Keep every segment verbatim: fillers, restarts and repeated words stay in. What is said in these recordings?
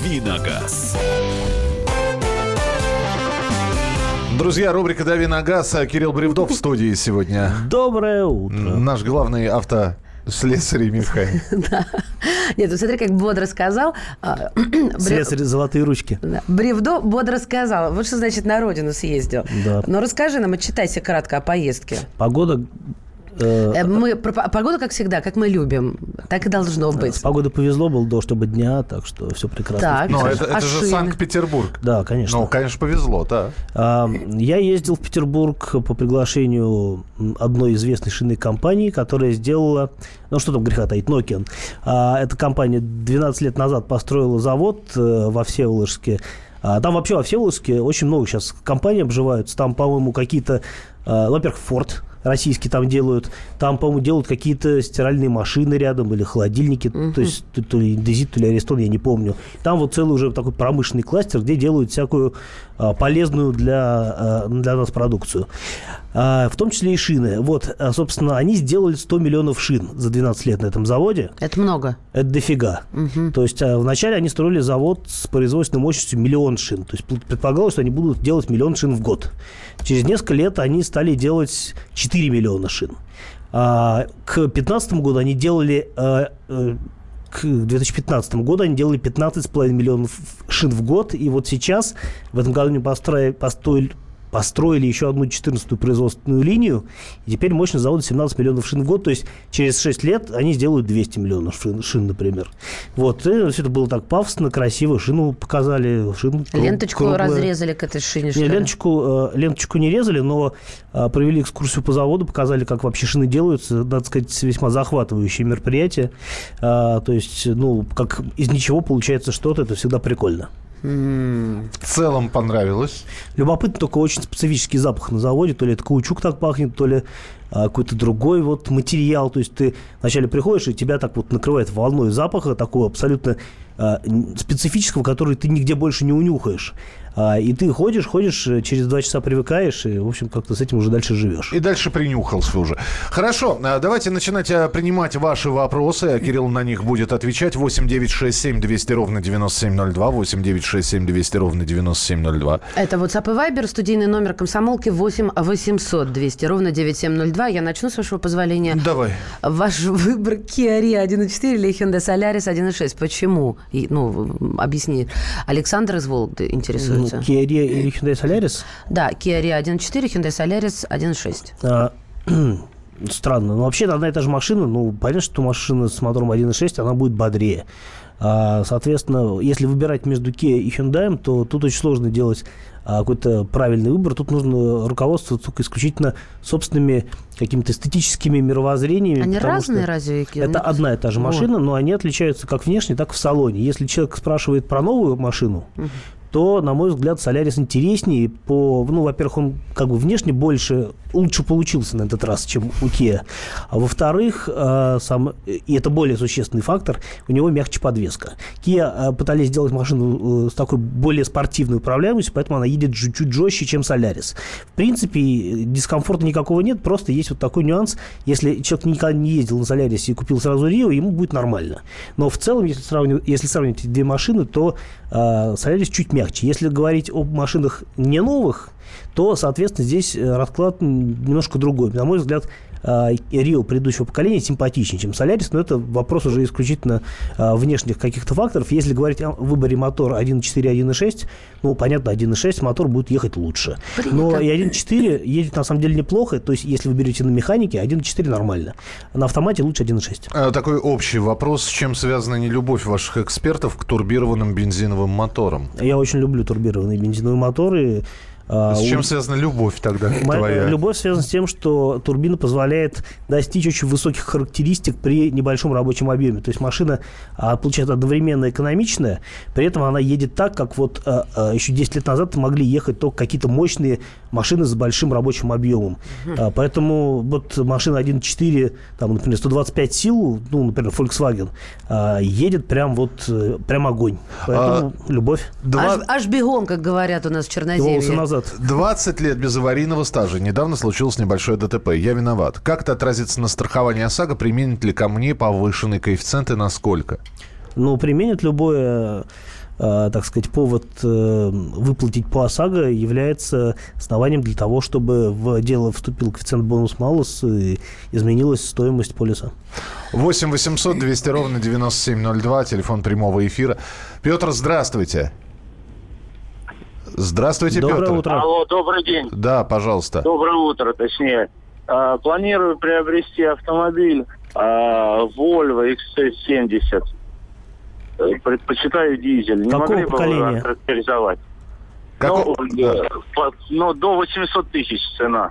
«Дави на газ». Друзья, рубрика «Дави на газ». Кирилл Бревдов в студии сегодня. Доброе утро. Наш главный автослесарь Михаил. Да. Нет, ну смотри, как бодро сказал. Слесарь золотые ручки. Бревдо бодро сказал. Вот что значит на родину съездил. Да. Но расскажи нам, отчитайся кратко о поездке. Погода... Мы, погода, как всегда, как мы любим. Так и должно быть. С погодой повезло, был дождь оба дня, так что все прекрасно. Так, Но это, а это же Санкт-Петербург. Да, конечно. Ну, конечно, повезло, да. Я ездил в Петербург по приглашению одной известной шинной компании, которая сделала... Ну, что там греха таить, Nokian. Эта компания двенадцать лет назад построила завод во Всеволожске. Там вообще во Всеволожске очень много сейчас компаний обживаются. Там, по-моему, какие-то... Во-первых, Форд российские там делают. Там, по-моему, делают какие-то стиральные машины рядом или холодильники. Uh-huh. То есть то, то ли Индезит, то ли Аристон, я не помню. Там вот целый уже такой промышленный кластер, где делают всякую а, полезную для, а, для нас продукцию. А, в том числе и шины. Вот, а, собственно, они сделали сто миллионов шин за двенадцать лет на этом заводе. Это много. Это дофига. Uh-huh. То есть а, вначале они строили завод с производственной мощностью миллион шин. То есть предполагалось, что они будут делать миллион шин в год. Через несколько лет они стали делать четыре миллиона шин. А, к две тысячи пятнадцатому году они делали... А, а, к две тысячи пятнадцатому году они делали пятнадцать с половиной миллионов шин в год. И вот сейчас, в этом году они построили... построили построили еще одну четырнадцатую производственную линию, и теперь мощность завода семнадцать миллионов шин в год, то есть через шесть лет они сделают двести миллионов шин, шин например. Вот, и все это было так пафосно, красиво, шину показали. Шину ленточку круглая. Разрезали к этой шине, что не, ли? ленточку, ленточку не резали, но провели экскурсию по заводу, показали, как вообще шины делаются, надо сказать, весьма захватывающее мероприятие. То есть, ну, как из ничего получается что-то, это всегда прикольно. В целом понравилось. Любопытно, только очень специфический запах на заводе. То ли это каучук так пахнет, то ли а, какой-то другой вот материал. То есть ты вначале приходишь, и тебя так вот накрывает волной запаха, такого абсолютно а, специфического, который ты нигде больше не унюхаешь. А, и ты ходишь, ходишь, через два часа привыкаешь, и, в общем, как-то с этим уже дальше живешь. И дальше принюхался уже. Хорошо, давайте начинать принимать ваши вопросы. Кирилл на них будет отвечать. восемь девятьсот шестьдесят семь двести ровно девяносто семь ноль два. восемь девятьсот шестьдесят семь двести ровно девяносто семь ноль два. Это WhatsApp и Viber, студийный номер комсомолки восемь восемьсот двести ровно девяносто семь ноль два. Я начну, с вашего позволения. Давай. Ваш выбор Kia Rio один и четыре или Hyundai Solaris один и шесть. Почему? И, ну, объясни. Александр из Вологды интересуется. Ну, Kia Rio или Hyundai Solaris? Да, Kia Rio один и четыре, Hyundai Solaris один и шесть. А, странно. Но вообще одна и та же машина. Ну, понятно, что машина с мотором один и шесть, она будет бодрее. А, соответственно, если выбирать между Kia и Hyundai, то тут очень сложно делать а, какой-то правильный выбор. Тут нужно руководствоваться только исключительно собственными какими-то эстетическими мировоззрениями. Они разные, что разве? Это одна и та же машина, вот. Но они отличаются как внешне, так и в салоне. Если человек спрашивает про новую машину, угу. то, на мой взгляд, Solaris интереснее. По, ну, во-первых, он как бы внешне больше, лучше получился на этот раз, чем у Kia. А во-вторых, э, сам, и это более существенный фактор, у него мягче подвеска. Kia э, пытались сделать машину э, с такой более спортивной управляемостью, поэтому она едет чуть-чуть жестче, чем Solaris. В принципе, дискомфорта никакого нет, просто есть вот такой нюанс. Если человек никогда не ездил на Solaris и купил сразу Rio, ему будет нормально. Но в целом, если сравнивать, если сравнивать эти две машины, то э, Solaris чуть мягче. Если говорить об машинах не новых, то, соответственно, здесь расклад немножко другой. На мой взгляд, Rio предыдущего поколения симпатичнее, чем Solaris, но это вопрос уже исключительно внешних каких-то факторов. Если говорить о выборе мотора один и четыре, один и шесть, ну, понятно, один и шесть мотор будет ехать лучше. Но и один и четыре едет, на самом деле, неплохо. То есть, если вы берете на механике, один и четыре нормально. На автомате лучше один и шесть. Такой общий вопрос. С чем связана нелюбовь ваших экспертов к турбированным бензиновым моторам? Я очень люблю турбированные бензиновые моторы. С чем связана любовь тогда твоя? Любовь связана с тем, что турбина позволяет достичь очень высоких характеристик при небольшом рабочем объеме. То есть машина получается одновременно экономичная, при этом она едет так, как вот еще десять лет назад могли ехать только какие-то мощные машины с большим рабочим объемом. Uh-huh. Поэтому вот машина один и четыре, там, например, сто двадцать пять сил, ну, например, Volkswagen, едет прям вот прям огонь. Поэтому а, любовь. Два... Аж, аж бегом, как говорят у нас в Черноземье. назад. двадцать лет без аварийного стажа. Недавно случилось небольшое ДТП. Я виноват. Как это отразится на страховании ОСАГО? Применит ли ко мне повышенный коэффициент и насколько? Ну, применит любое так сказать, повод выплатить по ОСАГО является основанием для того, чтобы в дело вступил коэффициент бонус-малус и изменилась стоимость полиса. восемь восемьсот двести ровно девяносто семь ноль два, телефон прямого эфира. Петр, здравствуйте. Здравствуйте, Доброе Петр. утро. Алло, добрый день. Да, пожалуйста. Доброе утро, точнее. А, планирую приобрести автомобиль а, Volvo икс си семьдесят. Предпочитаю дизель. Не Какого могли бы поколения? вы характеризовать? Како- Ну, э, по- ну, до восемьсот тысяч цена.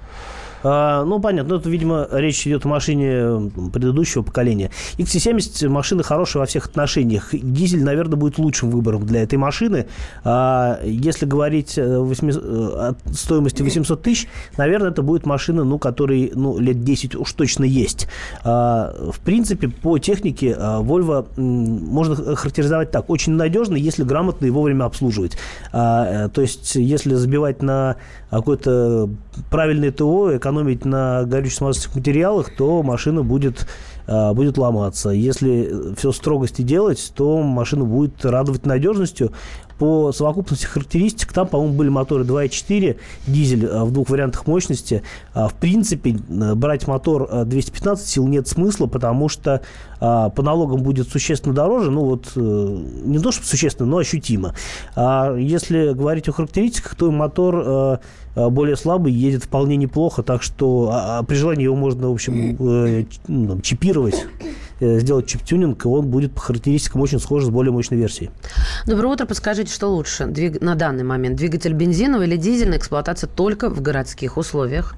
А, ну, понятно. Это, видимо, речь идет о машине предыдущего поколения. икс си семьдесят машина хорошая во всех отношениях. Дизель, наверное, будет лучшим выбором для этой машины. А, если говорить о стоимости восемьсот тысяч, наверное, это будет машина, ну, которой ну, лет десять уж точно есть. А, в принципе, по технике Volvo можно характеризовать так. Очень надежно, если грамотно и вовремя обслуживать. А, то есть, если забивать на какое-то правильное ТО, экономить на горюче-смазочных материалах, то машина будет, будет ломаться. Если все в строгости делать, то машина будет радовать надежностью. По совокупности характеристик, там, по-моему, были моторы два и четыре, дизель в двух вариантах мощности. В принципе, брать мотор двести пятнадцать сил нет смысла, потому что по налогам будет существенно дороже. Ну, вот, не то, чтобы существенно, но ощутимо. А если говорить о характеристиках, то мотор более слабый, едет вполне неплохо, так что а, при желании его можно, в общем, э, ну, чипировать, э, сделать чип-тюнинг, и он будет по характеристикам очень схож с более мощной версией. Доброе утро. Подскажите, что лучше двиг... на данный момент? Двигатель бензиновый или дизельный, эксплуатация только в городских условиях?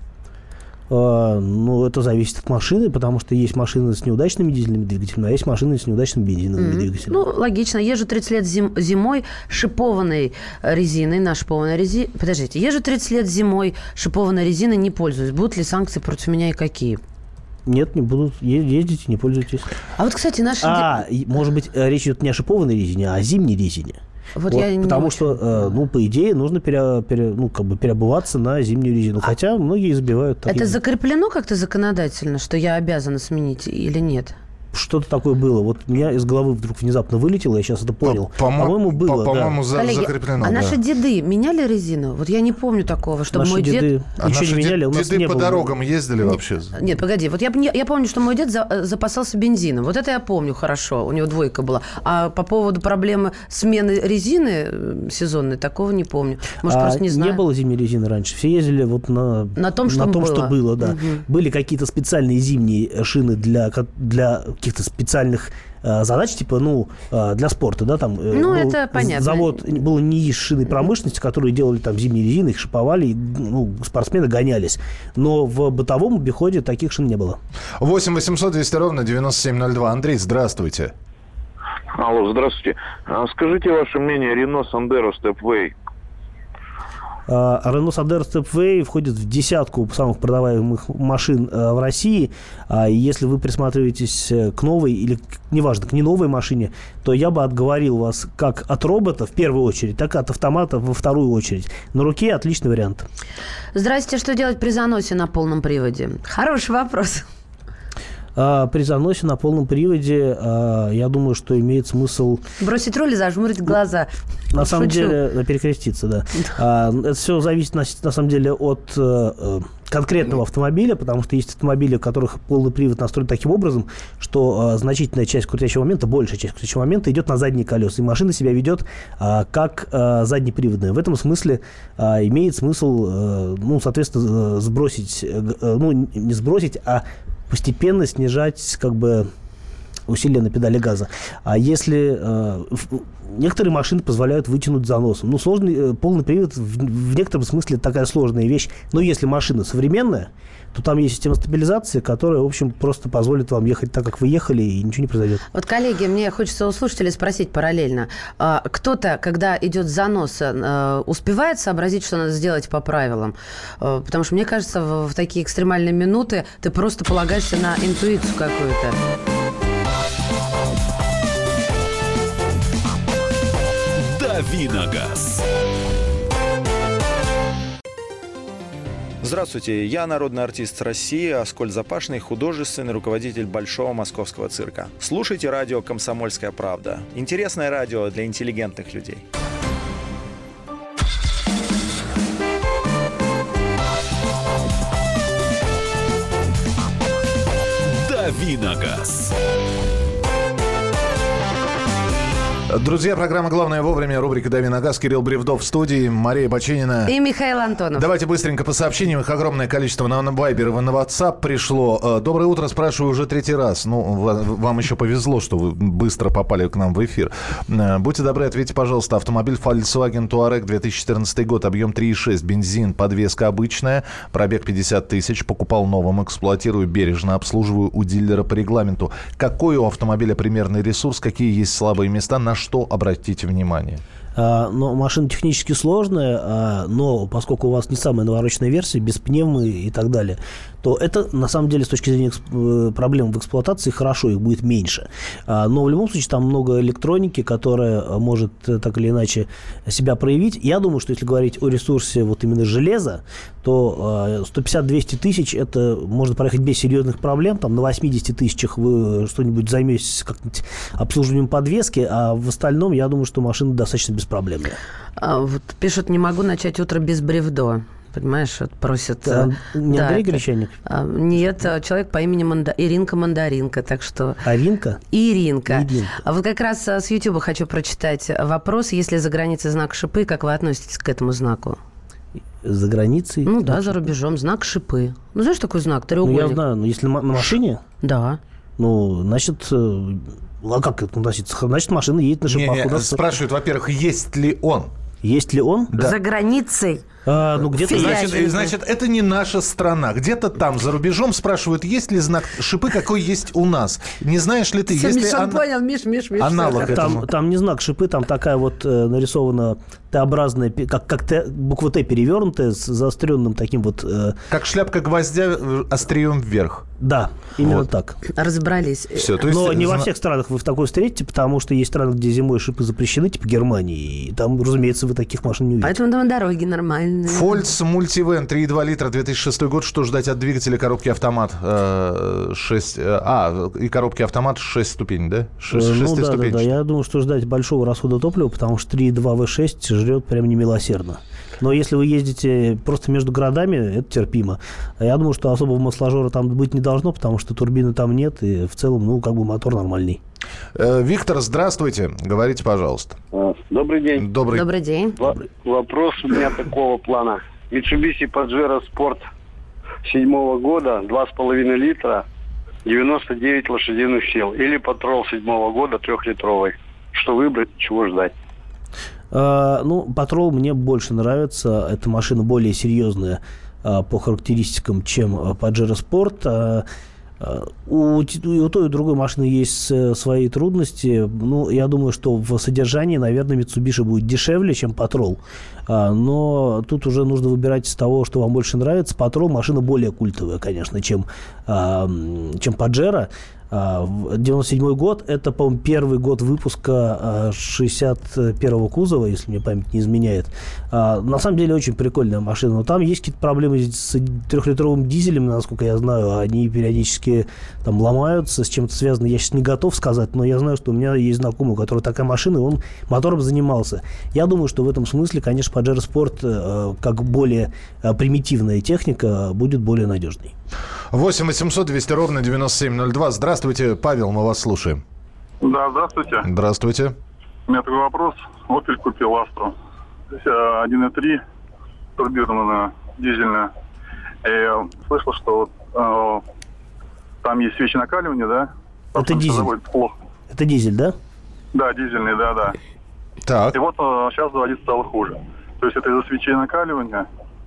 А, ну, это зависит от машины, потому что есть машины с неудачными дизельными двигателями, а есть машины с неудачными бензиновыми mm-hmm. двигателями. Ну, логично. Езжу тридцать лет зим... зимой шипованной резиной, на шипованной резине. Подождите, езжу тридцать лет зимой шипованной резиной, не пользуюсь. Будут ли санкции против меня и какие? Нет, не будут. Ездите, не пользуйтесь. А вот, кстати, наши... А, может быть, речь идет не о шипованной резине, а о зимней резине. Вот вот, я потому не что, очень... э, ну, по идее, нужно пере, пере, ну, как бы переобуваться на зимнюю резину. А хотя многие избивают. Так это и... закреплено как-то законодательно, что я обязана сменить или нет? Что-то такое было. Вот у меня из головы вдруг внезапно вылетело, я сейчас это понял. По- По-моему, было, по- По-моему, да. за- Коллеги, закреплено. а да. наши деды меняли резину? Вот я не помню такого, чтобы Наши мой деды дед... А ничего наши не меняли, у нас деды не по было. дорогам ездили вообще? Нет, погоди, вот я, я помню, что мой дед за, запасался бензином. Вот это я помню хорошо, у него двойка была. А по поводу проблемы смены резины сезонной, такого не помню. Может, а просто не знаю. Не было зимней резины раньше. Все ездили вот на, на том, что на том, было. Что было да. Угу. Были какие-то специальные зимние шины для, для каких-то специальных задач, типа, ну, для спорта, да, там. Ну, это понятно. Завод был не из шины промышленности, которые делали там зимние резины, их шиповали, и, ну, спортсмены гонялись. Но в бытовом обиходе таких шин не было. восемь восемьсот двести ровно девяносто семь ноль два. Андрей, здравствуйте. Алло, здравствуйте. Скажите ваше мнение, Renault Sandero Stepway. Renault Sandero Stepway входит в десятку самых продаваемых машин в России. Если вы присматриваетесь к новой или, неважно, к не новой машине, то я бы отговорил вас как от робота в первую очередь, так и от автомата во вторую очередь. На руке отличный вариант. Здрасте, что делать при заносе на полном приводе? Хороший вопрос. При заносе на полном приводе, я думаю, что имеет смысл... Бросить руль и зажмурить глаза. На Шучу. самом деле, перекреститься, да. Это все зависит, на, на самом деле, от конкретного автомобиля, потому что есть автомобили, у которых полный привод настроен таким образом, что значительная часть крутящего момента, большая часть крутящего момента идет на задние колеса, и машина себя ведет как заднеприводная. В этом смысле имеет смысл, ну, соответственно, сбросить, ну, не сбросить, а постепенно снижать, как бы, усилие на педали газа. А если э, некоторые машины позволяют вытянуть заносом. Ну, сложный, э, полный привод в, в некотором смысле такая сложная вещь. Но если машина современная, то там есть система стабилизации, которая, в общем, просто позволит вам ехать так, как вы ехали, и ничего не произойдет. Вот, коллеги, мне хочется у слушателей спросить параллельно. Кто-то, когда идет занос, успевает сообразить, что надо сделать по правилам? Потому что, мне кажется, в такие экстремальные минуты ты просто полагаешься на интуицию какую-то. Давиногаз. Здравствуйте, я народный артист России Аскольд Запашный, художественный руководитель Большого московского цирка. Слушайте радио «Комсомольская правда». Интересное радио для интеллигентных людей. Давиногаз. Друзья, программа «Главное вовремя», рубрика «Дави на газ», Кирилл Бревдов в студии, Мария Баченина. И Михаил Антонов. Давайте быстренько по сообщениям. Их огромное количество на Вайбер и на WhatsApp пришло. Доброе утро, спрашиваю уже третий раз. Ну, вам еще повезло, что вы быстро попали к нам в эфир. Будьте добры, ответьте, пожалуйста. Автомобиль Volkswagen Touareg, две тысячи четырнадцатый год, объем три и шесть, бензин, подвеска обычная, пробег пятьдесят тысяч, покупал новым, эксплуатирую бережно, обслуживаю у дилера по регламенту. Какой у автомобиля примерный ресурс, какие есть слабые места, на что обратите внимание? А, но машина технически сложная, а, но поскольку у вас не самая навороченная версия, без пневмы и так далее, то это, на самом деле, с точки зрения эксп- проблем в эксплуатации, хорошо, их будет меньше. А, но в любом случае там много электроники, которая может так или иначе себя проявить. Я думаю, что если говорить о ресурсе вот именно железа, то а, сто пятьдесят - двести тысяч это можно проехать без серьезных проблем. Там на восьмидесяти тысячах вы что-нибудь займетесь как-нибудь обслуживанием подвески, а в остальном, я думаю, что машина достаточно беспроблемная. А, вот пишут, не могу начать утро без бревдо. Понимаешь, вот просят... А, не да, Андрей это, Гречаник? А, нет, человек по имени Манда... Иринка Мандаринка, так что... Аринка? Иринка. Иринка. А вот как раз с Ютуба хочу прочитать вопрос. Если за границей знак шипы, как вы относитесь к этому знаку? За границей? Ну да, за рубежом. Знак шипы. Ну, знаешь такой знак? Треугольник. Ну, я знаю, но если на машине? Да. Ну, значит... А как это относится? Значит, машина едет на шипах. Не, не, спрашивают, во-первых, есть ли он? Есть ли он? Да. За границей. А, ну, где-то... Значит, значит, это не наша страна. Где-то там, за рубежом, спрашивают, есть ли знак шипы, какой есть у нас. Не знаешь ли ты? Все, есть Миша, ли ан... понял, Миш, Миш, Миш. аналог там, этому? Там не знак шипы, там такая вот э, нарисована Т-образная, как, как Т, буква Т перевернутая с заостренным таким вот... Э... Как шляпка гвоздя острием вверх. Да, именно вот. Так. Разобрались. Все, то есть... Но не во всех странах вы в такой встретите, потому что есть страны, где зимой шипы запрещены, типа Германии, и там, разумеется, вы таких машин не увидите. Поэтому там дороги нормальные. Фольц Мультивен, три и два литра, две тысячи шестой год. Что ждать от двигателя коробки автомат? шесть, а, и коробки автомат шесть ступеней, да? шесть, ну да, да, да. Я думаю, что ждать большого расхода топлива, потому что три и два вэ шесть жрет прям немилосердно. Но если вы ездите просто между городами, это терпимо. Я думаю, что особого масложора там быть не должно, потому что турбины там нет, и в целом, ну, как бы мотор нормальный. Виктор, здравствуйте. Говорите, пожалуйста. Добрый день. Добрый, Добрый день. В- вопрос у меня такого плана. Mitsubishi Pajero Sport седьмого года, два с половиной литра, девяносто девять лошадиных сил. Или Patrol седьмого года, трехлитровый. Что выбрать, чего ждать? Uh, ну, Patrol мне больше нравится. Эта машина более серьезная uh, по характеристикам, чем Pajero Sport. Uh, uh, у, у той и у другой машины есть uh, свои трудности. Ну, я думаю, что в содержании, наверное, Mitsubishi будет дешевле, чем Patrol. Uh, но тут уже нужно выбирать из того, что вам больше нравится. Patrol машина более культовая, конечно, чем, uh, чем Pajero. девяносто седьмой год, это, по-моему, первый год выпуска шестьдесят первого кузова, если мне память не изменяет. На самом деле, очень прикольная машина. Но там есть какие-то проблемы с трехлитровым дизелем, насколько я знаю. Они периодически там ломаются, с чем-то связано. Я сейчас не готов сказать, но я знаю, что у меня есть знакомый, у которого такая машина, и он мотором занимался. Я думаю, что в этом смысле, конечно, Pajero Sport, как более примитивная техника, будет более надежной. восемь восемьсот двести ровно девяносто семь ноль два. Здравствуйте, Павел, мы вас слушаем. Да, здравствуйте. Здравствуйте. У меня такой вопрос. Opel купил Astra. один и три, турбированная, дизельная. И слышал, что э, там есть свечи накаливания, да? Это дизель. Плохо. Это дизель, да? Да, дизельный, да, да. Так. И вот э, сейчас заводить стало хуже. То есть это из-за свечей накаливания.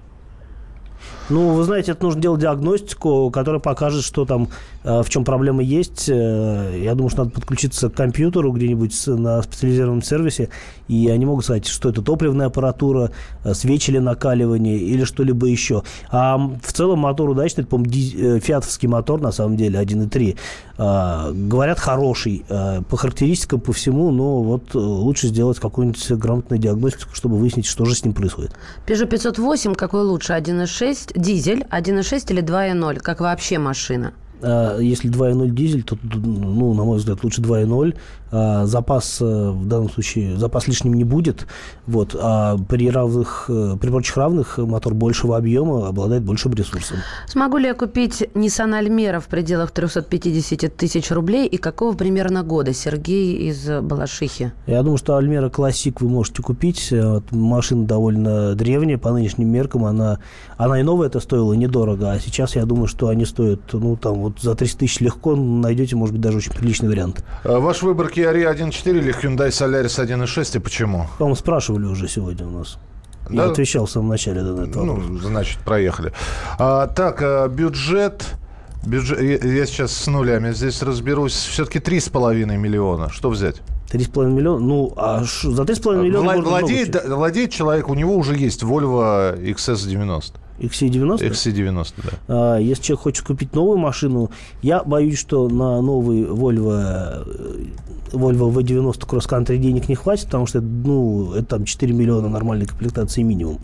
Ну, вы знаете, это нужно делать диагностику, которая покажет, что там, в чем проблема есть. Я думаю, что надо подключиться к компьютеру где-нибудь на специализированном сервисе, и они могут сказать, что это топливная аппаратура, свечи или накаливание, или что-либо еще. А в целом мотор удачный, это, по-моему, фиатовский мотор, на самом деле, один и три. Говорят, хороший по характеристикам, по всему, но вот лучше сделать какую-нибудь грамотную диагностику, чтобы выяснить, что же с ним происходит. Peugeot пятьсот восемь, какой лучше, один и шесть шесть, дизель, один и шесть или два и ноль, как вообще машина? Если два и ноль дизель, то, ну, на мой взгляд, лучше два и ноль. Запас в данном случае запас лишним не будет. Вот. А при равных, при прочих равных мотор большего объема обладает большим ресурсом. Смогу ли я купить Nissan Almera в пределах триста пятьдесят тысяч рублей и какого примерно года? Сергей из Балашихи. Я думаю, что Almera Classic вы можете купить. Машина довольно древняя, по нынешним меркам. Она, она и новая это стоила недорого. А сейчас я думаю, что они стоят, ну, там, вот за триста тысяч легко найдете, может быть, даже очень приличный вариант. Ваш выбор Kia Rio один и четыре или Hyundai Solaris один и шесть, и почему? По-моему, спрашивали уже сегодня у нас. Да? Я отвечал в самом начале на этот вопрос. Ну, значит, проехали. А, так, а, бюджет... бюджет... Я, я сейчас с нулями здесь разберусь. Все-таки три с половиной миллиона. Что взять? Три с половиной миллиона? Ну, а ш... за три с половиной миллиона Вла- можно владеет, много чего. владеет человек, у него уже есть Volvo икс эс девяносто. икс си девяносто? икс си девяносто, да. А, если человек хочет купить новую машину, я боюсь, что на новый Volvo, Volvo ви девяносто Cross Country денег не хватит, потому что, ну, это там четыре миллиона нормальной комплектации минимум.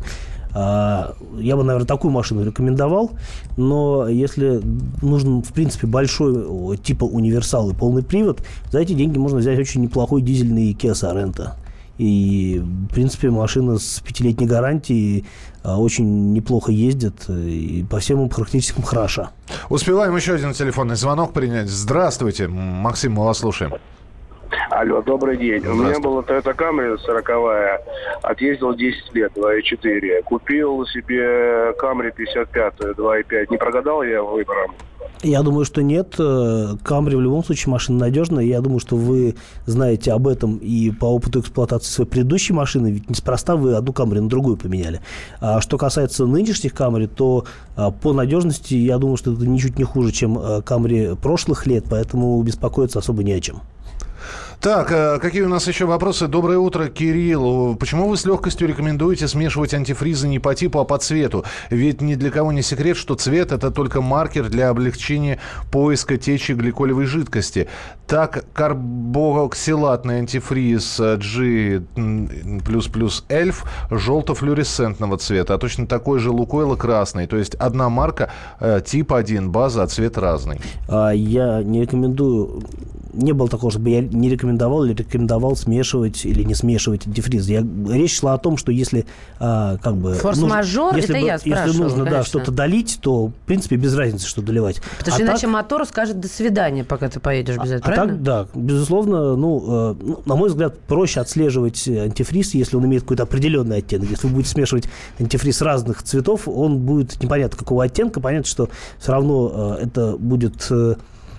А, я бы, наверное, такую машину рекомендовал, но если нужен, в принципе, большой типа универсал и полный привод, за эти деньги можно взять очень неплохой дизельный Kia Sorento. И, в принципе, машина с пятилетней гарантией очень неплохо ездит и по всем характеристикам хороша. Успеваем еще один телефонный звонок принять. Здравствуйте, Максим, мы вас слушаем. Алло, добрый день. У меня была Toyota Camry сороковая, отъездил десять лет, два и четыре. Купил себе Camry пятьдесят пятую, два и пять. Не прогадал я выбором? Я думаю, что нет. Camry в любом случае машина надежная. Я думаю, что вы знаете об этом и по опыту эксплуатации своей предыдущей машины. Ведь неспроста вы одну Camry на другую поменяли. А что касается нынешних Camry, то по надежности я думаю, что это ничуть не хуже, чем Camry прошлых лет. Поэтому беспокоиться особо не о чем. Так, какие у нас еще вопросы? Доброе утро, Кирилл. Почему вы с легкостью рекомендуете смешивать антифризы не по типу, а по цвету? Ведь ни для кого не секрет, что цвет – это только маркер для облегчения поиска течи гликолевой жидкости. Так, карбоксилатный антифриз G++ Эльф желто-флуоресцентного цвета, а точно такой же Лукойл красный. То есть одна марка, тип один, база, а цвет разный. Я не рекомендую... Не было такого, чтобы я не рекомендовал или рекомендовал смешивать или не смешивать антифриз. Я, речь шла о том, что если а, как бы... Форс-мажор, нужно, это если, я спрашивала, если нужно, конечно. да, что-то долить, то, в принципе, без разницы, что доливать. Потому а что так, иначе мотор скажет «до свидания», пока ты поедешь без этого, а правильно? так, да, безусловно, ну, э, ну, на мой взгляд, проще отслеживать антифриз, если он имеет какой-то определенный оттенок. Если вы будете смешивать антифриз разных цветов, он будет непонятно какого оттенка. Понятно, что все равно э, это будет... Э,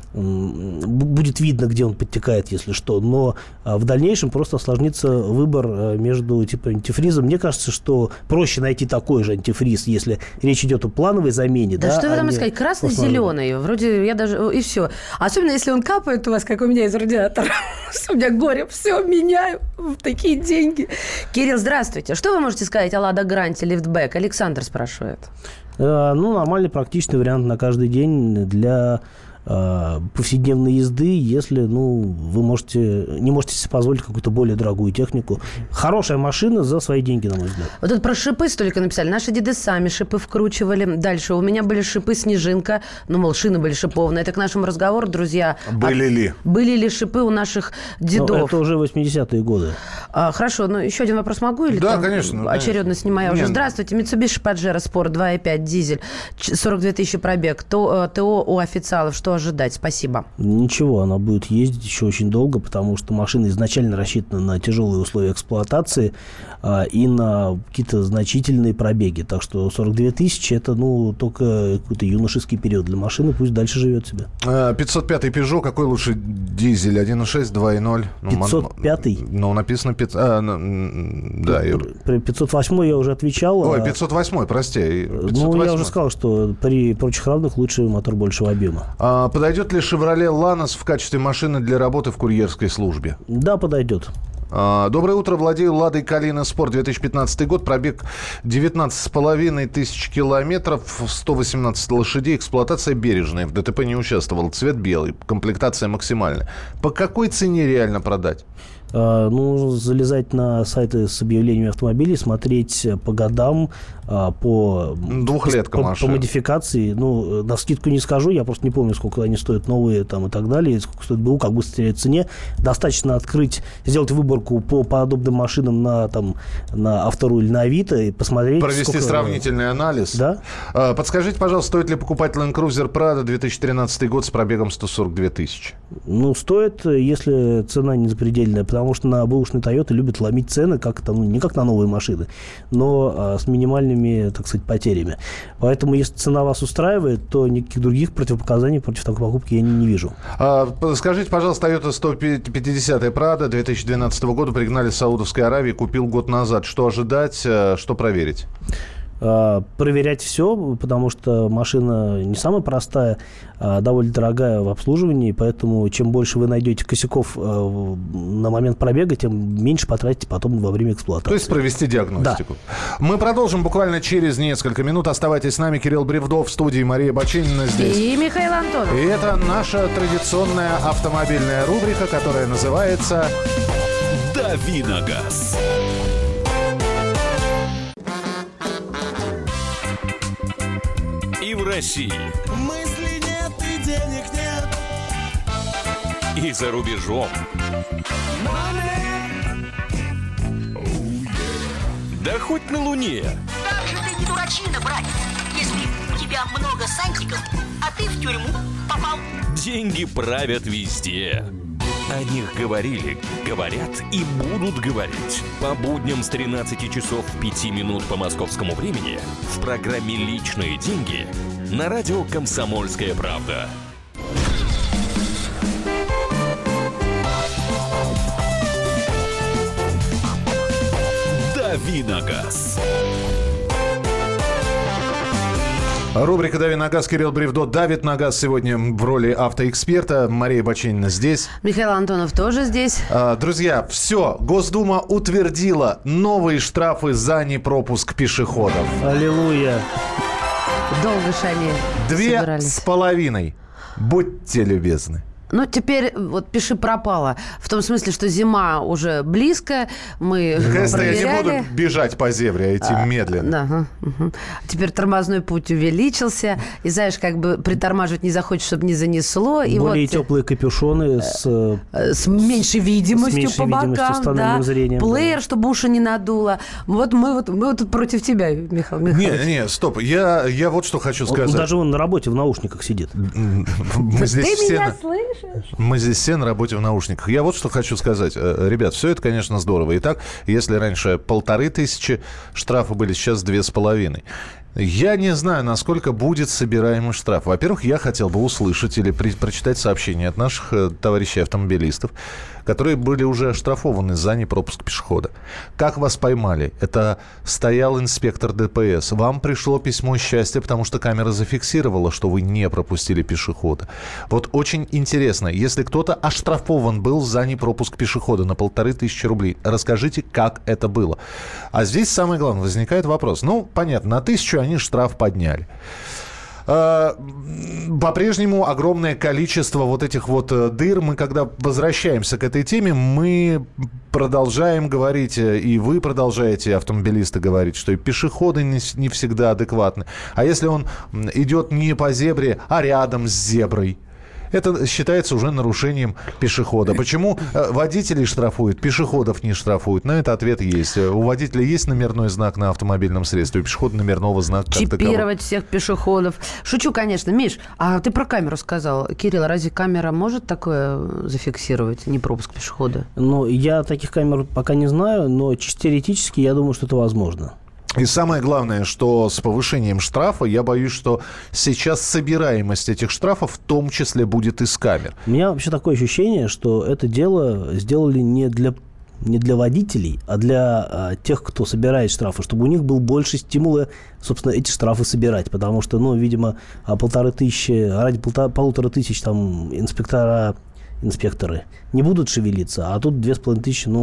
будет видно, где он подтекает, если что, но а, в дальнейшем просто осложнится выбор а, между типа антифризом. Мне кажется, что проще найти такой же антифриз, если речь идет о плановой замене. Да, да что вы там а сказать, красный-зеленый, вроде я даже, и все. Особенно, если он капает у вас, как у меня из радиатора. У меня горе, все, меняю, такие деньги. Кирилл, здравствуйте. Что вы можете сказать о Лада Гранте лифтбэк? Александр спрашивает. А, ну, нормальный, практичный вариант на каждый день для повседневной езды, если, ну, вы можете, не можете себе позволить какую-то более дорогую технику. Хорошая машина за свои деньги, на мой взгляд. Вот тут про шипы столько написали. Наши деды сами шипы вкручивали. Дальше. У меня были шипы снежинка. Ну, мол, шины были шипованные. Это к нашему разговору, друзья. Были а, ли? Были ли шипы у наших дедов? Но это уже восьмидесятые годы. А, хорошо, ну еще один вопрос могу? Или да, там конечно. Очередность не моя уже. Нет. Здравствуйте. Mitsubishi Pajero Sport два и пять дизель. сорок две тысячи пробег. То, ТО у официалов. Что ожидать? Спасибо. Ничего, она будет ездить еще очень долго, потому что машина изначально рассчитана на тяжелые условия эксплуатации а, и на какие-то значительные пробеги. Так что сорок две тысячи это, ну, только какой-то юношеский период для машины, пусть дальше живет себе. пятьсот пятый Peugeot, какой лучше дизель? один и шесть, два и ноль? пятьсот пятый? Ну, написано... пятьсот... А, ну, да. Про пятьсот восемь я уже отвечал. Ой, пятьсот восемь, прости. пятьсот восемь. Ну, я уже сказал, что при прочих равных лучше мотор большего объема. А, подойдет ли Chevrolet Lanos в качестве машины для работы в курьерской службе? Да, подойдет. А, доброе утро. Владею Ладой Калина Спорт, две тысячи пятнадцатый год. Пробег девятнадцать с половиной тысяч километров, сто восемнадцать лошадей. Эксплуатация бережная. В ДТП не участвовал. Цвет белый. Комплектация максимальная. По какой цене реально продать? Ну, залезать на сайты с объявлениями автомобилей, смотреть по годам, а, по... Двухлетка по, машина. По модификации. Ну, на скидку не скажу, я просто не помню, сколько они стоят новые там и так далее, сколько стоит БУ, как быстро теряет в цене. Достаточно открыть, сделать выборку по подобным машинам на, там, на Автору или на Авито и посмотреть. Провести сколько... сравнительный анализ. Да. А, подскажите, пожалуйста, стоит ли покупать Land Cruiser Prado две тысячи тринадцатый год с пробегом сто сорок две тысячи? Ну, стоит, если цена не запредельная, потому что на бэушные Toyota любят ломить цены, как там, ну, не как на новые машины, но а, с минимальными, так сказать, потерями. Поэтому, если цена вас устраивает, то никаких других противопоказаний против такой покупки я не, не вижу. А, скажите, пожалуйста, Toyota сто пятьдесят Prado две тысячи двенадцатого года пригнали с Саудовской Аравии, купил год назад. Что ожидать, что проверить? Проверять все, потому что машина не самая простая, а довольно дорогая в обслуживании, поэтому чем больше вы найдете косяков на момент пробега, тем меньше потратите потом во время эксплуатации. То есть провести диагностику. Да. Мы продолжим буквально через несколько минут. Оставайтесь с нами. Кирилл Бревдов в студии, Мария Бачинина здесь. И Михаил Антонов. И это наша традиционная автомобильная рубрика, которая называется «Дави на газ». И в России. Мысли нет и денег нет. И за рубежом. Oh, yeah. Да хоть на Луне. Как же ты не дурачина, братец, если у тебя много сантиков, а ты в тюрьму попал. Деньги правят везде. О них говорили, говорят и будут говорить. По будням с тринадцати часов пяти минут по московскому времени в программе «Личные деньги» на радио «Комсомольская правда». «Дави на газ». Рубрика «Дави на газ». Кирилл Бревдо давит на газ сегодня в роли автоэксперта. Мария Бачинина здесь. Михаил Антонов тоже здесь. А, друзья, все. Госдума утвердила новые штрафы за непропуск пешеходов. Аллилуйя. Долго ж они Две собирались. с половиной. Будьте любезны. Ну, теперь вот пиши пропало. В том смысле, что зима уже близко. Мы Наконец-то проверяли. я не буду бежать по зебре, а идти а, медленно. Да, ага, угу. Теперь тормозной путь увеличился. И знаешь, как бы притормаживать не захочешь, чтобы не занесло. И более вот, теплые капюшоны с... С меньшей видимостью, с меньшей по бокам. Да. Зрением, плеер, да. Чтобы уши не надуло. Вот мы вот, мы вот против тебя, Михаил Михайлович. Не, не, стоп. Я, я вот что хочу сказать. Он даже он на работе в наушниках сидит. Мы здесь Ты все... меня слышишь? Мы здесь все на работе в наушниках. Я вот что хочу сказать. Ребят, все это, конечно, здорово. Итак, если раньше полторы тысячи штрафы были, сейчас две с половиной. Я не знаю, насколько будет собираемый штраф. Во-первых, я хотел бы услышать или при- прочитать сообщения от наших э, товарищей автомобилистов, которые были уже оштрафованы за непропуск пешехода. Как вас поймали? Это стоял инспектор ДПС. Вам пришло письмо счастья, потому что камера зафиксировала, что вы не пропустили пешехода. Вот очень интересно, если кто-то оштрафован был за непропуск пешехода на полторы тысячи рублей, расскажите, как это было. А здесь самое главное, возникает вопрос. Ну, понятно, на тысячу они штраф подняли. По-прежнему огромное количество вот этих вот дыр. Мы, когда возвращаемся к этой теме, мы продолжаем говорить, и вы продолжаете, автомобилисты, говорить, что и пешеходы не, не всегда адекватны. А если он идет не по зебре, а рядом с зеброй? Это считается уже нарушением пешехода. Почему водителей штрафуют, пешеходов не штрафуют? На это ответ есть. У водителя есть номерной знак на автомобильном средстве, у пешехода номерного знака как такового. Чипировать всех пешеходов. Шучу, конечно. Миш, а ты про камеру сказал. Кирилл, разве камера может такое зафиксировать, непропуск пешехода? Ну, я таких камер пока не знаю, но чисто теоретически я думаю, что это возможно. И самое главное, что с повышением штрафа, я боюсь, что сейчас собираемость этих штрафов в том числе будет из камер. У меня вообще такое ощущение, что это дело сделали не для, не для водителей, а для а, тех, кто собирает штрафы, чтобы у них был больше стимула, собственно, эти штрафы собирать. Потому что, ну, видимо, полторы тысячи, ради полтора, полутора тысяч там инспектора, инспекторы не будут шевелиться, а тут две с половиной тысячи, ну...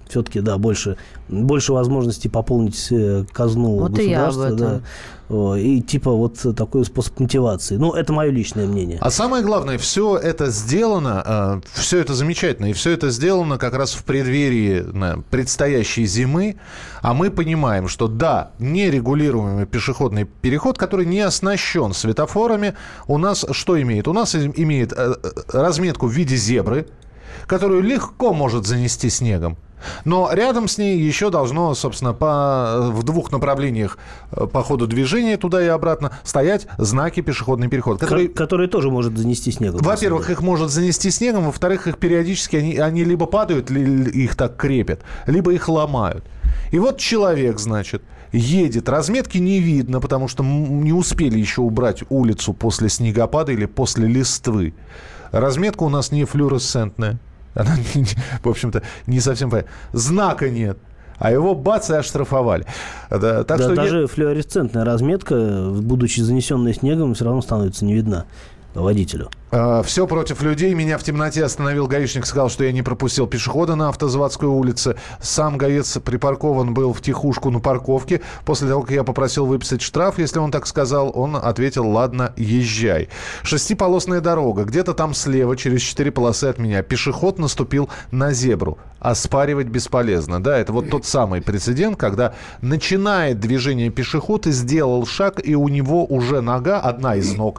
все-таки, да, больше, больше возможностей пополнить казну вот государства. И, я об этом. Да, и типа вот такой способ мотивации. Ну, это мое личное мнение. А самое главное, все это сделано, все это замечательно, и все это сделано как раз в преддверии предстоящей зимы. А мы понимаем, что да, нерегулируемый пешеходный переход, который не оснащен светофорами, у нас что имеет? У нас имеет разметку в виде зебры, которую легко может занести снегом. Но рядом с ней еще должно, собственно, по, в двух направлениях по ходу движения туда и обратно стоять знаки «Пешеходный переход». Которые, которые тоже может занести снегом. Во-первых, их может занести снегом. Во-вторых, их периодически они, они либо падают, либо их так крепят, либо их ломают. И вот человек, значит, едет. Разметки не видно, потому что не успели еще убрать улицу после снегопада или после листвы. Разметка у нас не флуоресцентная. Она, в общем-то, не совсем понятна. Знака нет. А его бац и оштрафовали. Да, так да, что даже я... флуоресцентная разметка, будучи занесенной снегом, все равно становится не видна водителю. Все против людей. Меня в темноте остановил гаишник, сказал, что я не пропустил пешехода на Автозаводской улице. Сам гаец припаркован был втихушку на парковке. После того, как я попросил выписать штраф, если он так сказал, он ответил: ладно, езжай. Шестиполосная дорога. Где-то там слева, через четыре полосы от меня, пешеход наступил на зебру. Оспаривать бесполезно. Да, это вот тот самый прецедент, когда начинает движение пешеход и сделал шаг, и у него уже нога, одна из ног,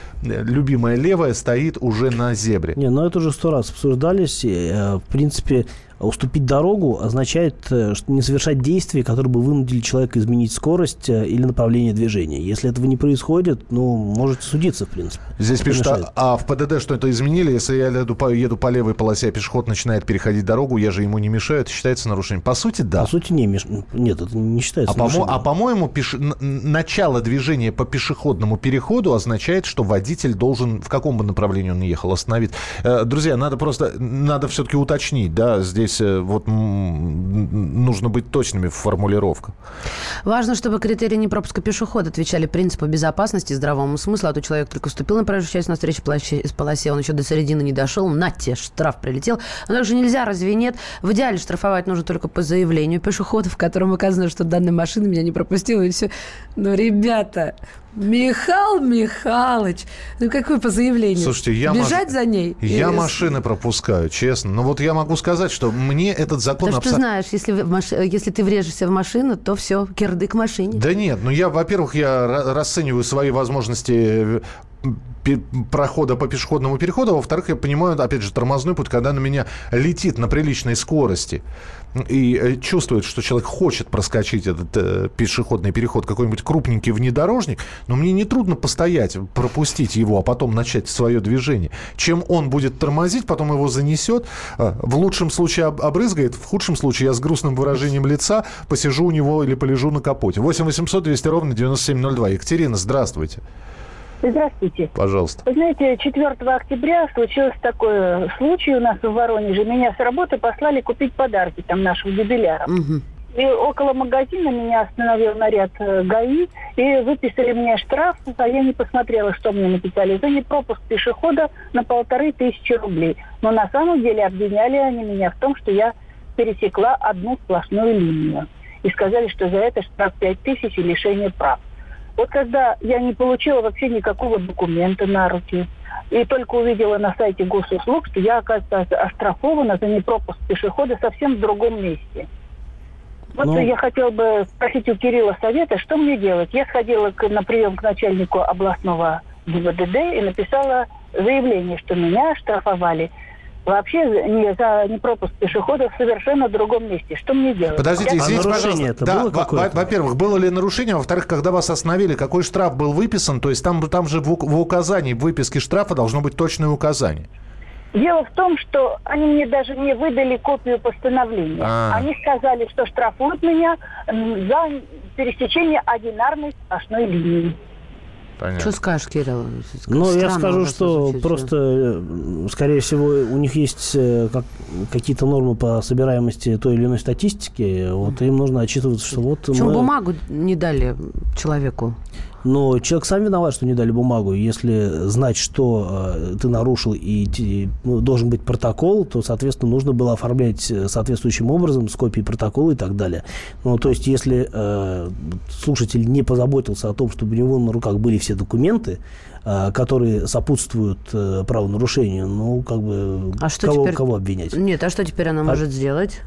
любимая левая, стоит уже на зебре. Не, ну это уже сто раз обсуждались. В принципе, уступить дорогу означает не совершать действия, которые бы вынудили человека изменить скорость или направление движения. Если этого не происходит, ну, можете судиться, в принципе. Здесь пишут, а, а в ПДД что это изменили? Если я еду по, еду по левой полосе, а пешеход начинает переходить дорогу, я же ему не мешаю, это считается нарушением. По сути, да. По сути, не меш... Нет, это не считается а нарушением. По- а по-моему, пеш... начало движения по пешеходному переходу означает, что водитель должен, в каком бы направлении он ни ехал, остановить. Друзья, надо просто, надо все-таки уточнить, да, здесь вот нужно быть точными в формулировках. Важно, чтобы критерии непропуска пешехода отвечали принципу безопасности и здравому смыслу. А то человек только вступил на проезжую часть на встрече полосе, он еще до середины не дошел, на те, штраф прилетел. Но также нельзя, разве нет? В идеале штрафовать нужно только по заявлению пешехода, в котором указано, что данная машина меня не пропустила, и все. Но, ребята... Михаил Михайлович, ну какой по заявлению? Слушайте, я бежать маш... за ней? Я и... машины пропускаю, честно. Но вот я могу сказать, что мне этот закон... Потому абсо... что ты знаешь, если, маш... если ты врежешься в машину, то все, кирдык машине. Да нет, ну я, во-первых, я расцениваю свои возможности прохода по пешеходному переходу, а во-вторых, я понимаю, опять же, тормозной путь, когда на меня летит на приличной скорости и чувствует, что человек хочет проскочить этот э, пешеходный переход, какой-нибудь крупненький внедорожник, но мне нетрудно постоять, пропустить его, а потом начать свое движение. Чем он будет тормозить, потом его занесет, э, в лучшем случае обрызгает, в худшем случае я с грустным выражением лица посижу у него или полежу на капоте. восемь восемьсот двести ровно девяносто семь ноль два. Екатерина, здравствуйте. Здравствуйте. Пожалуйста. Вы знаете, четвёртого октября случился такой случай у нас в Воронеже. Меня с работы послали купить подарки там нашим юбилярам. Угу. И около магазина меня остановил наряд ГАИ и выписали мне штраф, а я не посмотрела, что мне написали. За непропуск пешехода на полторы тысячи рублей. Но на самом деле обвиняли они меня в том, что я пересекла одну сплошную линию. И сказали, что за это штраф пять тысяч и лишение прав. Вот когда я не получила вообще никакого документа на руки, и только увидела на сайте госуслуг, что я, оказывается, оштрафована за непропуск пешехода совсем в другом месте. Вот ну... я хотела бы спросить у Кирилла совета, что мне делать. Я сходила к, на прием к начальнику областного ГИБДД и написала заявление, что меня оштрафовали вообще не за непропуск пешехода в совершенно другом месте. Что мне делать? Подождите, извините, а пожалуйста. Это да, было во- во-первых, было ли нарушение? Во-вторых, когда вас остановили, какой штраф был выписан? То есть там, там же в, в указании, в выписке штрафа должно быть точное указание. Дело в том, что они мне даже не выдали копию постановления. А-а-а. Они сказали, что штрафуют меня за пересечение одинарной сплошной линии. Понятно. Что скажешь, Кирилл? Ну, я скажу, что просто, скорее всего, у них есть как, какие-то нормы по собираемости той или иной статистики. Вот им нужно отчитываться, что вот... Почему мы... бумагу не дали человеку? Но человек сам виноват, что не дали бумагу. Если знать, что э, ты нарушил и, и ну, должен быть протокол, то, соответственно, нужно было оформлять соответствующим образом с копией протокола и так далее. Ну, то есть, если э, слушатель не позаботился о том, чтобы у него на руках были все документы, э, которые сопутствуют э, правонарушению, ну, как бы, а что кого, теперь... кого обвинять? Нет, а что теперь она а... может сделать?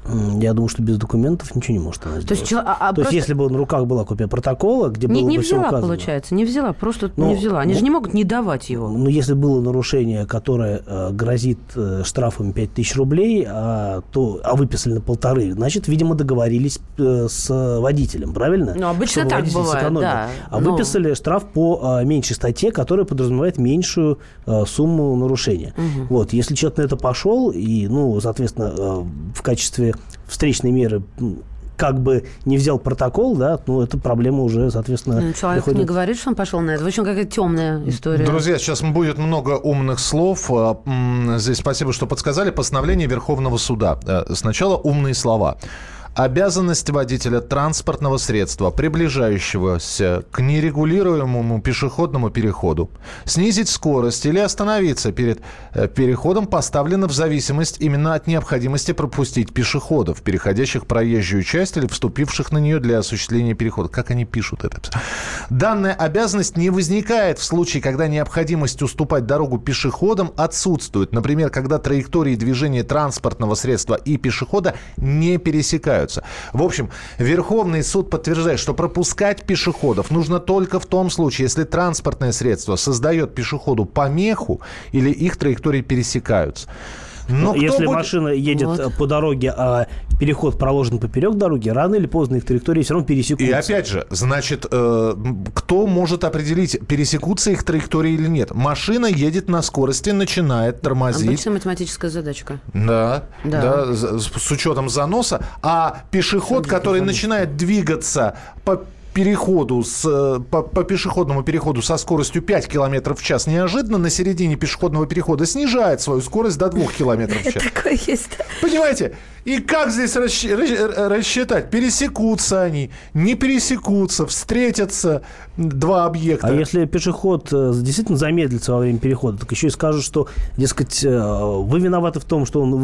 Я думаю, что без документов ничего не может она сделать. То есть, а, а То просто... есть если бы на руках была копия протокола, где не, было не бы все взяла, указано. Получается, не взяла, просто ну, не взяла. Они ну, же не могут не давать его. Ну, если было нарушение, которое э, грозит э, штрафом пять тысяч рублей, а, то, а выписали на полторы, значит, видимо, договорились э, с водителем, правильно? Ну, обычно Чтобы так бывает, да. А но... выписали штраф по э, меньшей статье, которая подразумевает меньшую э, сумму нарушения. Угу. Вот, если человек на это пошел, и, ну, соответственно, э, в качестве встречной меры как бы не взял протокол, да, ну, эта проблема уже, соответственно... Ну, человек приходит... не говорит, что он пошел на это. В общем, какая-то темная история. Друзья, сейчас будет много умных слов. Здесь спасибо, что подсказали. Постановление Верховного суда. Сначала умные слова. Обязанность водителя транспортного средства, приближающегося к нерегулируемому пешеходному переходу, снизить скорость или остановиться перед переходом поставлена в зависимость именно от необходимости пропустить пешеходов, переходящих проезжую часть или вступивших на нее для осуществления перехода. Как они пишут это? Данная обязанность не возникает в случае, когда необходимость уступать дорогу пешеходам отсутствует. Например, когда траектории движения транспортного средства и пешехода не пересекаются. В общем, Верховный суд подтверждает, что пропускать пешеходов нужно только в том случае, если транспортное средство создает пешеходу помеху или их траектории пересекаются. Но если будет... машина едет вот. по дороге, а переход проложен поперек дороги, рано или поздно их траектории все равно пересекутся. И опять же, значит, э, кто может определить, пересекутся их траектории или нет? Машина едет на скорости, начинает тормозить. Обычная математическая задачка. Да, да. да с, с учетом заноса. А пешеход, который заноса. начинает двигаться по переходу с, по, по пешеходному переходу со скоростью пять километров в час, неожиданно на середине пешеходного перехода снижает свою скорость до двух километров в час. Такое есть. Понимаете? И как здесь рассчитать? Пересекутся они, не пересекутся, встретятся два объекта. А если пешеход действительно замедлится во время перехода, так еще и скажут, что, дескать, вы виноваты в том, что он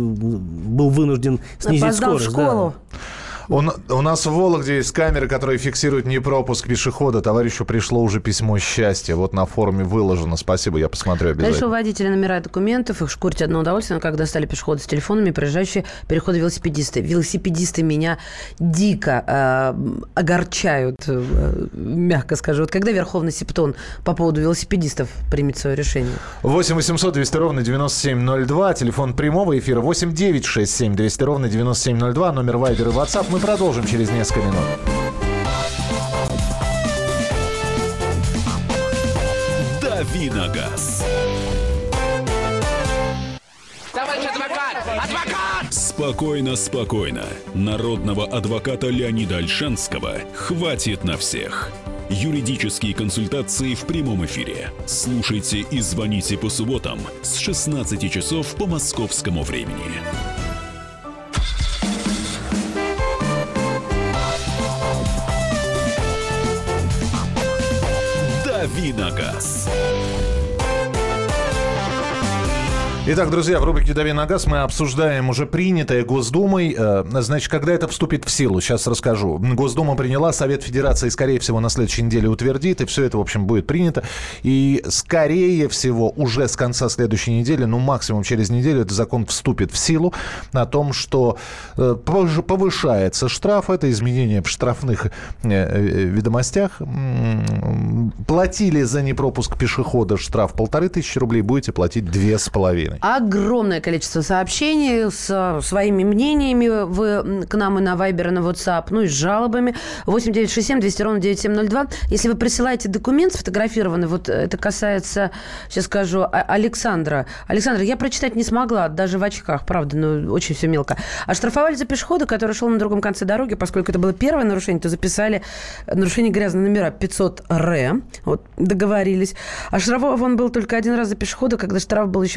был вынужден снизить Опоздал скорость. В школу. Да. У, у нас в Вологде есть камеры, которые фиксируют непропуск пешехода. Товарищу пришло уже письмо счастья. Вот на форуме выложено. Спасибо, я посмотрю обязательно. Дальше у водителя номера документов. Их шкурить одно удовольствие. Но когда стали пешеходы с телефонами, проезжающие переходы велосипедисты. Велосипедисты меня дико э, огорчают, э, мягко скажу. Вот когда Верховный Септон по поводу велосипедистов примет свое решение? восемь восемьсот двести ровно девяносто семь ноль два. Телефон прямого эфира восемь девятьсот шестьдесят семь двести ровно девяносто семь ноль два. Номер Вайбер и WhatsApp. Мы продолжим через несколько минут. Давиногаз. Товарищ адвокат! Адвокат! Спокойно, спокойно. Народного адвоката Леонида Ольшанского хватит на всех. Юридические консультации в прямом эфире. Слушайте и звоните по субботам с шестнадцати часов по московскому времени. Давиногаз. Итак, друзья, в рубрике «Дави на газ» мы обсуждаем уже принятое Госдумой. Значит, когда это вступит в силу, сейчас расскажу. Госдума приняла, Совет Федерации, скорее всего, на следующей неделе утвердит, и все это, в общем, будет принято. И, скорее всего, уже с конца следующей недели, ну, максимум через неделю, этот закон вступит в силу о том, что повышается штраф. Это изменение в штрафных ведомостях. Платили за непропуск пешехода штраф полторы тысячи рублей, будете платить две с половиной. Огромное количество сообщений с своими мнениями вы к нам и на Вайбер, и на WhatsApp, ну и с жалобами. восемь девятьсот шестьдесят семь двести ровно девяносто семь ноль два. Если вы присылаете документ сфотографированный, вот это касается, сейчас скажу, Александра. Александр, я прочитать не смогла, даже в очках, правда, но очень все мелко. Оштрафовали за пешехода, который шел на другом конце дороги, поскольку это было первое нарушение, то записали нарушение грязного номера пятьсот эр. Вот, договорились. Оштрафован был только один раз за пешехода, когда штраф был еще восемьсот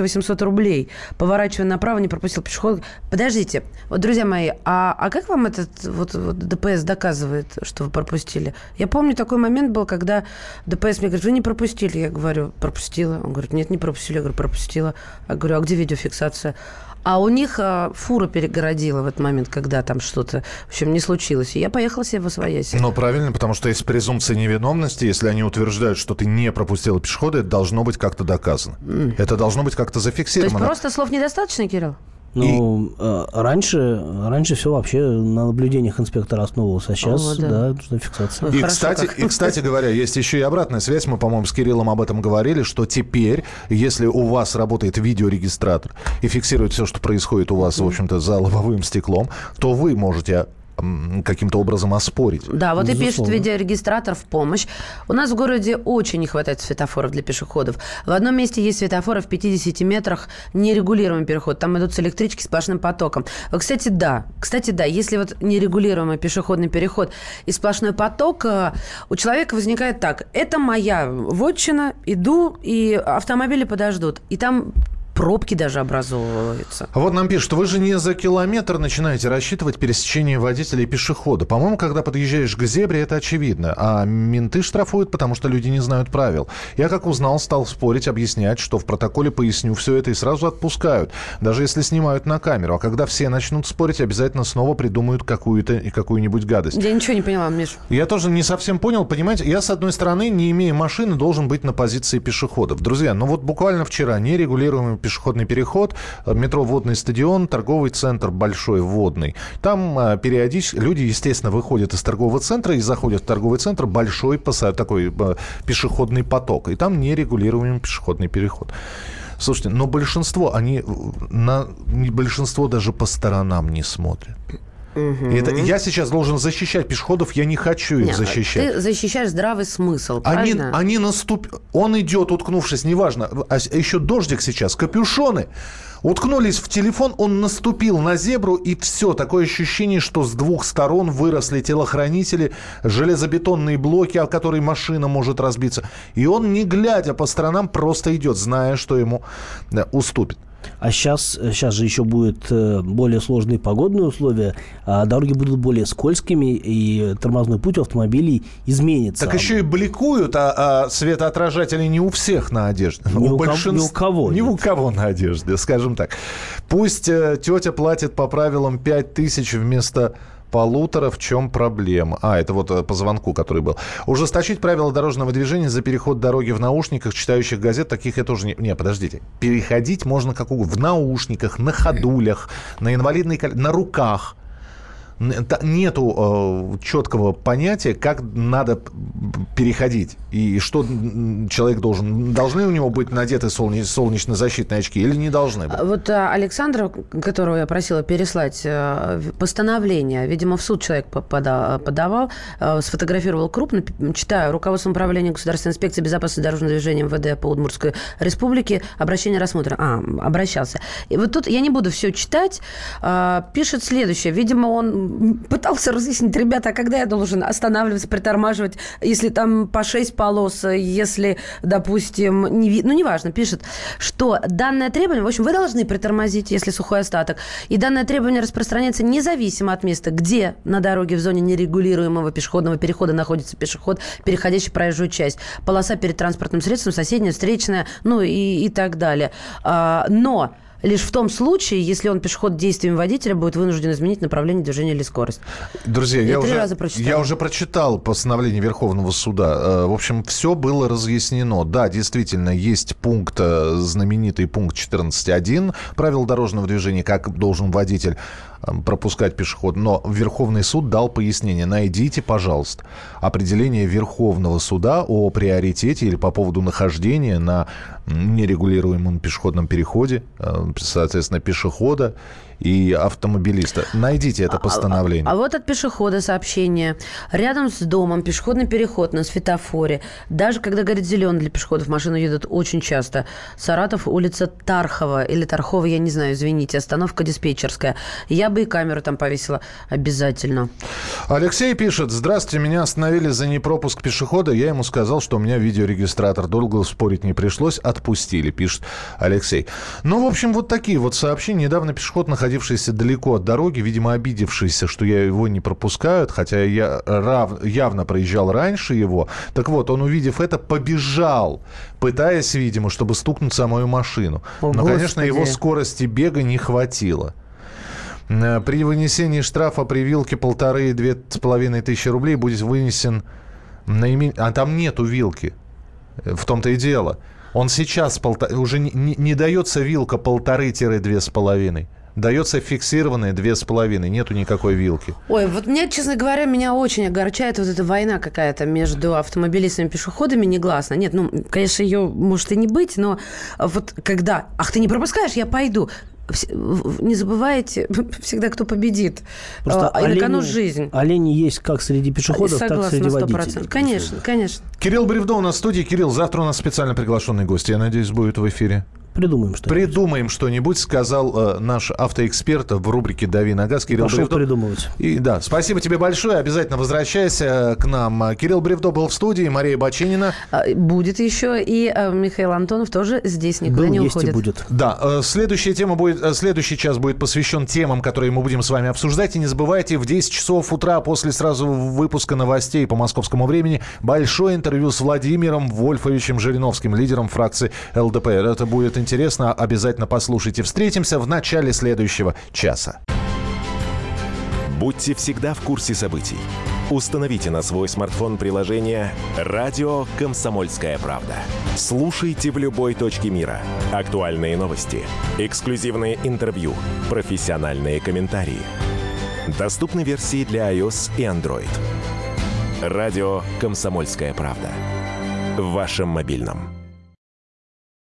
рублей, поворачивая направо, не пропустил пешеход. Подождите, вот, друзья мои, а, а как вам этот вот, вот ДПС доказывает, что вы пропустили? Я помню, такой момент был, когда ДПС мне говорит, вы не пропустили. Я говорю, пропустила. Он говорит, нет, не пропустили. Я говорю, пропустила. Я говорю, а где видеофиксация? А у них а, фура перегородила в этот момент, когда там что-то, в общем, не случилось. И я поехала себе в Освояси. Ну, правильно, потому что есть презумпция невиновности. Если они утверждают, что ты не пропустила пешехода, это должно быть как-то доказано. Mm. Это должно быть как-то зафиксировано. То есть просто слов недостаточно, Кирилл? Ну, и... раньше, раньше все вообще на наблюдениях инспектора основывался, а сейчас, О, да, да нужна фиксация. И, кстати, и, кстати говоря, есть еще и обратная связь. Мы, по-моему, с Кириллом об этом говорили, что теперь, если у вас работает видеорегистратор и фиксирует все, что происходит у вас, mm-hmm. в общем-то, за лобовым стеклом, то вы можете каким-то образом оспорить. Да, вот Безусловно. И пишут видеорегистратор в помощь. У нас в городе очень не хватает светофоров для пешеходов. В одном месте есть светофоры в пятидесяти метрах, нерегулируемый переход. Там идут с электрички сплошным потоком. Кстати, да. Кстати, да. Если вот нерегулируемый пешеходный переход и сплошной поток, у человека возникает так. Это моя вотчина, иду, и автомобили подождут. И там... пробки даже образовываются. Вот нам пишут, вы же не за километр начинаете рассчитывать пересечение водителя и пешехода. По-моему, когда подъезжаешь к зебре, это очевидно. А менты штрафуют, потому что люди не знают правил. Я, как узнал, стал спорить, объяснять, что в протоколе поясню все это и сразу отпускают. Даже если снимают на камеру. А когда все начнут спорить, обязательно снова придумают какую-то и какую-нибудь гадость. Я ничего не поняла, Миш. Я тоже не совсем понял. Понимаете, я, с одной стороны, не имея машины, должен быть на позиции пешеходов. Друзья, ну вот буквально вчера нерегулируемый пешеходный переход, метро «Водный стадион», торговый центр большой водный. Там а, периодически люди, естественно, выходят из торгового центра и заходят в торговый центр, большой такой а, пешеходный поток. И там нерегулируемый пешеходный переход. Слушайте, но большинство, они на большинство даже по сторонам не смотрят. Угу. И это, я сейчас должен защищать пешеходов, я не хочу их Нет, защищать. Ты защищаешь здравый смысл, они, правильно? Они наступ... Он идет, уткнувшись, неважно, а еще дождик сейчас, капюшоны, уткнулись в телефон, он наступил на зебру, и все, такое ощущение, что с двух сторон выросли телохранители, железобетонные блоки, о которые машина может разбиться. И он, не глядя по сторонам, просто идет, зная, что ему да, уступит. А сейчас, сейчас же еще будут более сложные погодные условия, а дороги будут более скользкими, и тормозной путь у автомобилей изменится. Так еще и бликуют, а, а светоотражатели не у всех на одежде. Ни у, большинств... ни у кого. Ни у кого на одежде, скажем так. Пусть э, тетя платит по правилам пять тысяч вместо... полутора, в чем проблема? А, это вот по звонку, который был. Ужесточить правила дорожного движения за переход дороги в наушниках, читающих газет, таких я тоже не... Не, подождите. Переходить можно как угодно. В наушниках, на ходулях, на инвалидной коляске, на руках. Нету э, четкого понятия, как надо переходить. И что человек должен... Должны у него быть надеты солнеч, солнечно-защитные очки или не должны быть? Вот а, Александр, которого я просила переслать э, постановление, видимо, в суд человек пода, подавал, э, сфотографировал крупно, читаю, руководством управления Государственной инспекции безопасности дорожного движения МВД по Удмуртской республике, обращение рассмотрено. А, обращался. И вот тут я не буду все читать. Э, пишет следующее. Видимо, он пытался разъяснить, ребята, а когда я должен останавливаться, притормаживать, если там по шесть полос, если, допустим, не видно, ну, неважно, пишет, что данное требование, в общем, вы должны притормозить, если сухой остаток, и данное требование распространяется независимо от места, где на дороге в зоне нерегулируемого пешеходного перехода находится пешеход, переходящий проезжую часть, полоса перед транспортным средством, соседняя, встречная, ну и, и так далее. А, но... лишь в том случае, если он пешеход действиями водителя будет вынужден изменить направление движения или скорость. Друзья, я, я, уже, я уже прочитал постановление Верховного суда. В общем, все было разъяснено. Да, действительно, есть пункт, знаменитый пункт четырнадцать один правил дорожного движения, как должен водитель пропускать пешеход. Но Верховный суд дал пояснение. Найдите, пожалуйста, определение Верховного суда о приоритете или по поводу нахождения на нерегулируемом пешеходном переходе, соответственно, пешехода и автомобилиста. Найдите это постановление. А, а, а вот от пешехода сообщение. Рядом с домом пешеходный переход на светофоре. Даже когда горит зеленый для пешеходов, машины едут очень часто. Саратов, улица Тархова или Тархова, я не знаю, извините. Остановка диспетчерская. Я бы и камеру там повесила обязательно. Алексей пишет. Здравствуйте, меня остановили за непропуск пешехода. Я ему сказал, что у меня видеорегистратор. Долго спорить не пришлось. отпустили, пишет Алексей. Ну, в общем, вот такие вот сообщения. Недавно пешеход, находившийся далеко от дороги, видимо, обидевшийся, что я его не пропускаю, хотя я рав... явно проезжал раньше его. Так вот, он, увидев это, побежал, пытаясь, видимо, чтобы стукнуться о мою машину. О, Но, Господи. Конечно, его скорости бега не хватило. При вынесении штрафа при вилке полторы-две с половиной тысячи рублей будет вынесен наименее... А там нету вилки. В том-то и дело. Он сейчас полтор... уже не, не, не дается вилка полторы-две с половиной. Дается фиксированная две с половиной. Нету никакой вилки. Ой, вот мне, честно говоря, меня очень огорчает вот эта война какая-то между автомобилистами и пешеходами негласно. Нет, ну, конечно, ее может и не быть, но вот когда... Ах, ты не пропускаешь, я пойду. Не забывайте всегда, кто победит. Просто а, олени, на кону жизнь. Олени есть как среди пешеходов, согласна, так и среди водителей. Конечно, конечно. Кирилл Бревдо у нас в студии. Кирилл, завтра у нас специально приглашенный гость. Я надеюсь, будет в эфире. Придумаем что-нибудь. Придумаем что-нибудь, сказал э, наш автоэксперт в рубрике «Дави на газ» Кирилл Пошел Бревдо. придумывать. И, да, спасибо тебе большое. Обязательно возвращайся к нам. Кирилл Бревдо был в студии, Мария Баченина. Будет еще. И э, Михаил Антонов тоже здесь никуда был, не есть уходит. И будет. Да, э, следующая тема будет, э, следующий час будет посвящен темам, которые мы будем с вами обсуждать. И не забывайте, в десять часов утра после сразу выпуска новостей по московскому времени большое интервью с Владимиром Вольфовичем Жириновским, лидером фракции эл дэ пэ эр. Это будет интересно. Обязательно Обязательно послушайте. Встретимся в начале следующего часа. Будьте всегда в курсе событий. Установите на свой смартфон приложение «Радио Комсомольская правда». Слушайте в любой точке мира. Актуальные новости, эксклюзивные интервью, профессиональные комментарии. Доступны версии для iOS и Android. «Радио Комсомольская правда». В вашем мобильном.